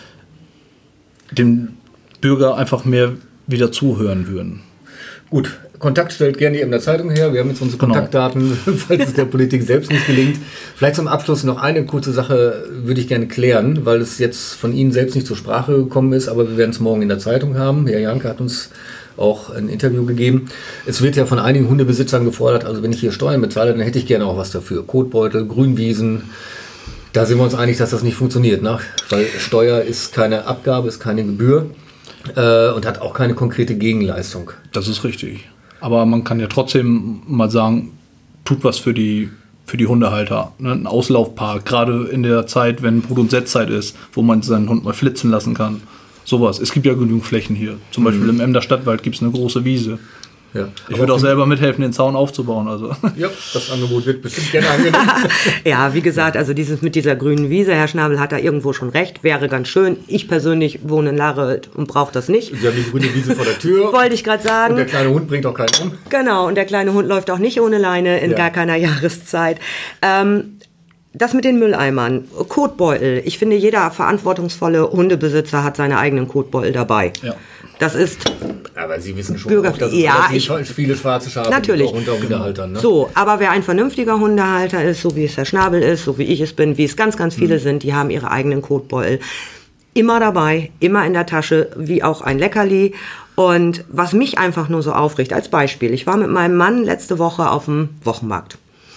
dem Bürger einfach mehr wieder zuhören würden. Gut, Kontakt stellt gerne die Emder Zeitung her. Wir haben jetzt unsere genau. Kontaktdaten, falls es der Politik selbst nicht gelingt. Vielleicht zum Abschluss noch eine kurze Sache würde ich gerne klären, weil es jetzt von Ihnen selbst nicht zur Sprache gekommen ist, aber wir werden es morgen in der Zeitung haben. Herr Janke hat uns auch ein Interview gegeben. Es wird ja von einigen Hundebesitzern gefordert, also wenn ich hier Steuern bezahle, dann hätte ich gerne auch was dafür. Kotbeutel, Grünwiesen. Da sind wir uns einig, dass das nicht funktioniert, ne? Weil Steuer ist keine Abgabe, ist keine Gebühr äh, und hat auch keine konkrete Gegenleistung. Das ist richtig. Aber man kann ja trotzdem mal sagen, tut was für die, für die Hundehalter. Ne? Ein Auslaufpark, gerade in der Zeit, wenn Brut- und Setzzeit ist, wo man seinen Hund mal flitzen lassen kann. Sowas. Es gibt ja genügend Flächen hier. Zum Beispiel im Emder Stadtwald gibt es eine große Wiese. Ja. Ich würde auch selber mithelfen, den Zaun aufzubauen. Also. Ja, das Angebot wird bestimmt gerne angenommen. Ja, wie gesagt, also dieses mit dieser grünen Wiese, Herr Schnabel hat da irgendwo schon recht, wäre ganz schön. Ich persönlich wohne in Larelt und brauche das nicht. Sie haben die grüne Wiese vor der Tür. Wollte ich gerade sagen. Und der kleine Hund bringt auch keinen um. Genau, und der kleine Hund läuft auch nicht ohne Leine in Ja. gar keiner Jahreszeit. Ähm, Das mit den Mülleimern, Kotbeutel. Ich finde, jeder verantwortungsvolle Hundebesitzer hat seine eigenen Kotbeutel dabei. Ja. Das ist Aber Sie wissen schon, Bürger- auch, dass es ja, relativ viele schwarze Schafe Natürlich. gibt, auch unter Hundehaltern. Ne? so. Aber wer ein vernünftiger Hundehalter ist, so wie es Herr Schnabel ist, so wie ich es bin, wie es ganz, ganz viele sind, die haben ihre eigenen Kotbeutel. Immer dabei, immer in der Tasche, wie auch ein Leckerli. Und was mich einfach nur so aufregt, als Beispiel. Ich war mit meinem Mann letzte Woche auf dem Wochenmarkt.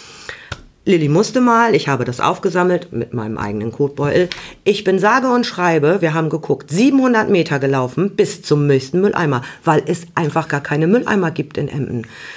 Lilly musste mal, ich habe das aufgesammelt mit meinem eigenen Kotbeutel. Ich bin sage und schreibe, wir haben geguckt, siebenhundert Meter gelaufen bis zum nächsten Mülleimer, weil es einfach gar keine Mülleimer gibt in Emden.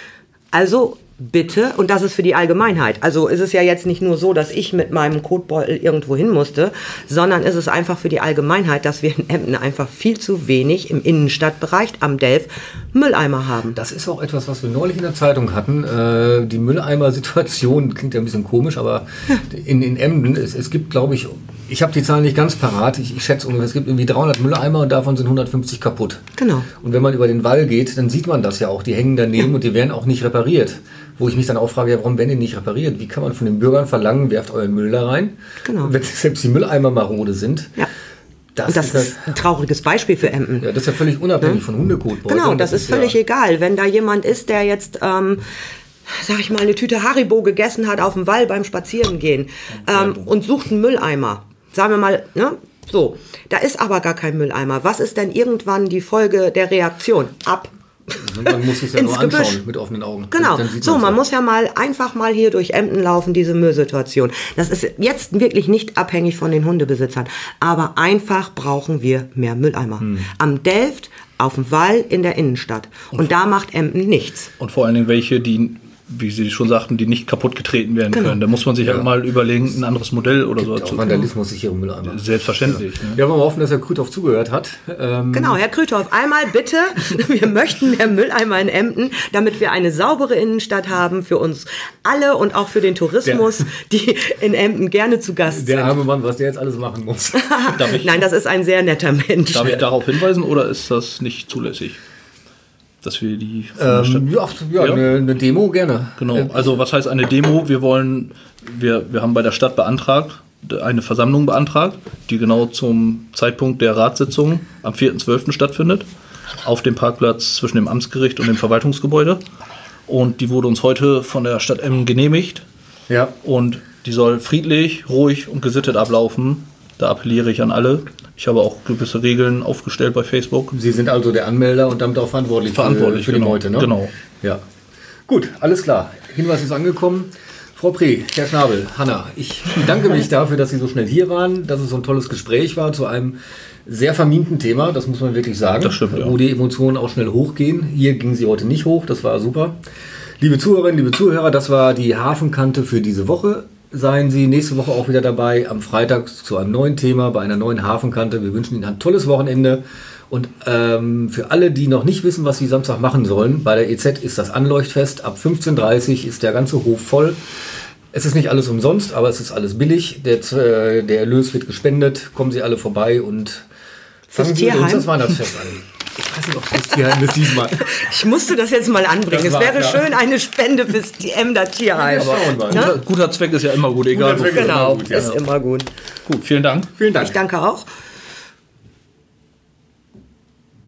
Also bitte, und das ist für die Allgemeinheit, also ist es ja jetzt nicht nur so, dass ich mit meinem Kotbeutel irgendwo hin musste, sondern ist es einfach für die Allgemeinheit, dass wir in Emden einfach viel zu wenig im Innenstadtbereich am Delf Mülleimer haben. Das ist auch etwas, was wir neulich in der Zeitung hatten. Äh, die Mülleimer-Situation klingt ja ein bisschen komisch, aber in, in Emden, es, es gibt, glaube ich, ich habe die Zahlen nicht ganz parat, ich, ich schätze ungefähr, es gibt irgendwie dreihundert Mülleimer und davon sind hundertfünfzig kaputt. Genau. Und wenn man über den Wall geht, dann sieht man das ja auch, die hängen daneben und die werden auch nicht repariert. Wo ich mich dann auch frage, ja, warum werden die nicht repariert? Wie kann man von den Bürgern verlangen, werft euren Müll da rein? Genau. Wenn selbst die Mülleimer marode sind. Ja. Das, Und das ist, ist ein trauriges Beispiel für Emden. ja, das ist ja völlig unabhängig von Hundekotbeuteln. Genau, das, ist völlig ja, egal. Wenn da jemand ist, der jetzt, ähm, sag ich mal, eine Tüte Haribo gegessen hat auf dem Wall beim Spazierengehen ähm, und sucht einen Mülleimer. Sagen wir mal, ne? So, da ist aber gar kein Mülleimer. Was ist denn irgendwann die Folge der Reaktion? Ab. Man muss es ja ins nur anschauen Gebüsch. mit offenen Augen. Genau, Dann sieht so, man's man ja. muss ja mal einfach mal hier durch Emden laufen, diese Müllsituation. Das ist jetzt wirklich nicht abhängig von den Hundebesitzern, aber einfach brauchen wir mehr Mülleimer. Hm. Am Delft, auf dem Wall, in der Innenstadt. Und da macht Emden nichts. Und vor allen Dingen welche, die, wie Sie schon sagten, die nicht kaputt getreten werden Genau. können. Da muss man sich Ja. halt mal überlegen, ein anderes Modell oder so Auch dazu. Vandalismus sichere Mülleimer. Selbstverständlich. Ne? Ja, wollen wir hoffen, dass Herr Krüthoff zugehört hat. Ähm, Genau, Herr Krüthoff, einmal bitte, wir möchten mehr Mülleimer in Emden, damit wir eine saubere Innenstadt haben für uns alle und auch für den Tourismus, die in Emden gerne zu Gast Der sind. arme Mann, was der jetzt alles machen muss. Darf ich, Nein, das ist ein sehr netter Mensch. darf ich darauf hinweisen oder ist das nicht zulässig? Dass wir die von der Stadt- ähm, ja, ja, Ja. Eine, eine Demo gerne. Genau, Äh, also was heißt eine Demo? Wir wollen, wir, wir haben bei der Stadt beantragt, eine Versammlung beantragt, die genau zum Zeitpunkt der Ratssitzung am vierten zwölften stattfindet, auf dem Parkplatz zwischen dem Amtsgericht und dem Verwaltungsgebäude. Und die wurde uns heute von der Stadt Emden genehmigt. Ja. Und die soll friedlich, ruhig und gesittet ablaufen. Da appelliere ich an alle. Ich habe auch gewisse Regeln aufgestellt bei Facebook. Sie sind also der Anmelder und damit auch verantwortlich, Verantwortlich, für, für genau. die Meute, ne? Genau. Ja. Gut, alles klar. Hinweis ist angekommen. Frau Preh, Herr Schnabel, Hanna, ich bedanke mich dafür, dass Sie so schnell hier waren, dass es so ein tolles Gespräch war zu einem sehr verminten Thema, das muss man wirklich sagen. Das stimmt, ja. Wo die Emotionen auch schnell hochgehen. Hier gingen sie heute nicht hoch, das war super. Liebe Zuhörerinnen, liebe Zuhörer, das war die Hafenkante für diese Woche. Seien Sie nächste Woche auch wieder dabei, am Freitag zu einem neuen Thema, bei einer neuen Hafenkante. Wir wünschen Ihnen ein tolles Wochenende. Und ähm, für alle, die noch nicht wissen, was sie Samstag machen sollen, bei der E Z ist das Anleuchtfest. Ab fünfzehn Uhr dreißig ist der ganze Hof voll. Es ist nicht alles umsonst, aber es ist alles billig. Der, äh, der Erlös wird gespendet. Kommen Sie alle vorbei und Fürs fangen Sie mit uns Tierheim? das Weihnachtsfest an. Ich weiß nicht, ob es fürs Tierheim ist diesmal. Ich musste das jetzt mal anbringen. Das Es war wäre klar. schön, eine Spende fürs Emder Tierheim. Aber schauen wir mal. Guter, guter Zweck ist ja immer gut, egal Guter Zweck wofür. ist immer Genau, gut, ja. ist immer gut. Gut, vielen Dank. Vielen Dank. Ich danke auch.